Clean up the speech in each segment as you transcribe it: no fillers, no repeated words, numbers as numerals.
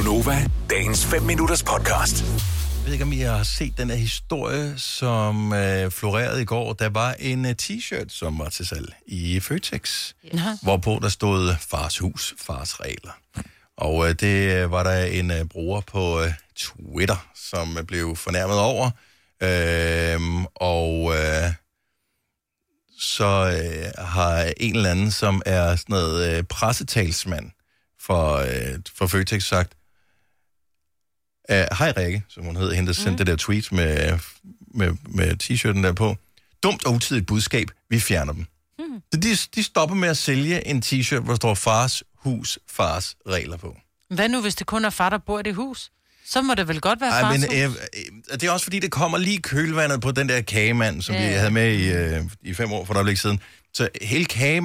Gunova, dagens 5 minutters podcast. Jeg ved ikke, om I har set den her historie, som florerede i går. Der var en t-shirt, som var til salg i Føtex, hvorpå der stod fars hus, fars regler. Og det var der en bruger på Twitter, som blev fornærmet over. Så har en eller anden, som er sådan noget pressetalsmand for Føtex, sagt, hej Rikke, som hun hed, hende der sendte det der tweet med t-shirten der på. Dumt og utidigt budskab, vi fjerner dem. De stopper med at sælge en t-shirt, hvor der står fars hus, fars regler på. Hvad nu, hvis det kun er far, der bor i det hus? Så må det vel godt være fars hus? Det er også fordi, det kommer lige kølvandet på den der kagemand, som vi havde med i 5 år for et øjeblik siden. Så hele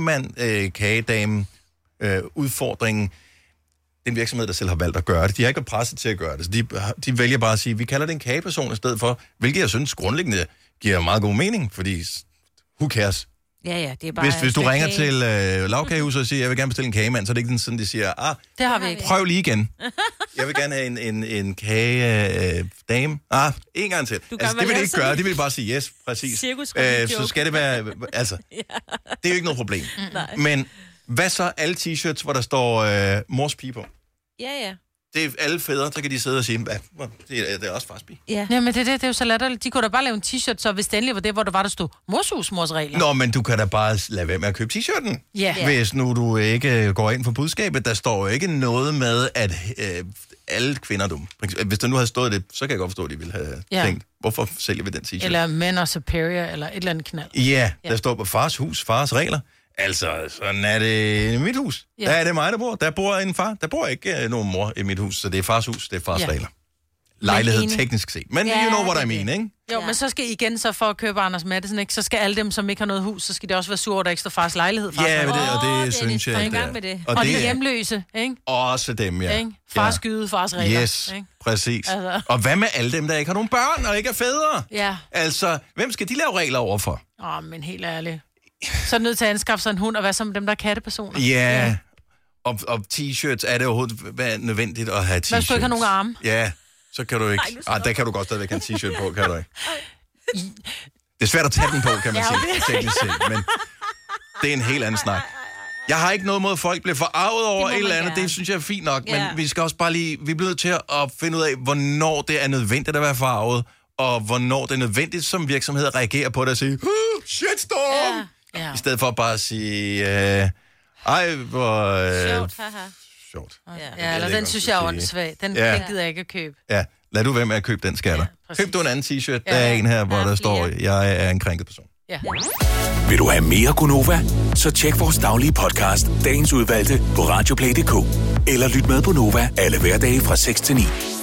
kagedame, udfordringen, en virksomhed, der selv har valgt at gøre det. De har ikke været presset til at gøre det, så de vælger bare at sige, vi kalder det en kageperson i stedet for, hvilket jeg synes grundlæggende giver meget god mening, fordi who cares? Ja, det er bare... Hvis du ringer til lavkagehuset og siger, jeg vil gerne bestille en kagemand, så er det ikke sådan, de siger, det har vi ikke. Prøv lige igen. Jeg vil gerne have en kagedame. En gang til. Altså, det vil de ikke gøre, de vil bare sige, yes, præcis. Så skal det være, altså, det er jo ikke noget problem. Men hvad så alle t-shirts, hvor der står mors pige på? Ja. Det er alle fædre, så kan de sidde og sige, det er også fars pige. Ja, men det er jo så latterligt. De kunne da bare lave en t-shirt, så hvis det endelig var det, hvor der stod mors hus, mors regler. Nå, men du kan da bare lade være med at købe t-shirten. Ja. Hvis nu du ikke går ind for budskabet, der står jo ikke noget med, at alle kvinder er dumme. Hvis der nu havde stået det, så kan jeg godt forstå, at de ville have tænkt, hvorfor sælger vi den t-shirt? Eller men og superior, eller et eller andet knald. Ja, der står på fars hus, fars regler. Altså, sådan er det i mit hus. Ja. Der er det mig, der bor. Der bor en far. Der bor ikke nogen mor i mit hus, så det er fars hus, det er fars regler. Lejlighed teknisk set. Men you know what I mean, ikke? Jo, men så skal I igen så for at købe Anders Madsen, ikke? Så skal alle dem, som ikke har noget hus, så skal det også være sure over, der ikke står fars lejlighed. Det synes jeg. Med det. Og de hjemløse, ikke? Også dem, ja. Ikke? Fars skyde, fars regler. Yes, ikke? præcis. Altså. Og hvad med alle dem, der ikke har nogen børn og ikke er fædre? Ja. Altså, hvem skal de lave regler overfor? Men helt ærligt. Så er nødt til at anskaffe sig en hund og være som dem, der er kattepersoner. Ja. Og t-shirts, er det overhovedet nødvendigt at have t-shirts? Hvad hvis du ikke har nogen arme? Ja, så kan du ikke. Der kan du godt stadigvæk have en t-shirt på, kan du ikke? Det er svært at tage den på, kan man sige, teknisk set, men det er en helt anden snak. Jeg har ikke noget mod, at folk bliver forarvet over et eller andet. Det synes jeg er fint nok, men vi skal også bare lige... Vi bliver nødt til at finde ud af, hvornår det er nødvendigt at være forarvet, og hvornår det er nødvendigt som virksomhed at reagere på det og sige, shitstorm! Ja. I stedet for bare at sige, hvor... Sjovt. Ja, eller den synes jeg er åndssvag. Den gider jeg ikke at købe. Ja, lad du være med at købe den skatter. Køb du en anden t-shirt, der er en her, hvor der står, jeg er en krænket person. Ja. Vil du have mere Gunova? Så tjek vores daglige podcast, dagens udvalgte, på radioplay.dk. Eller lyt med på Nova alle hverdage fra 6 til 9.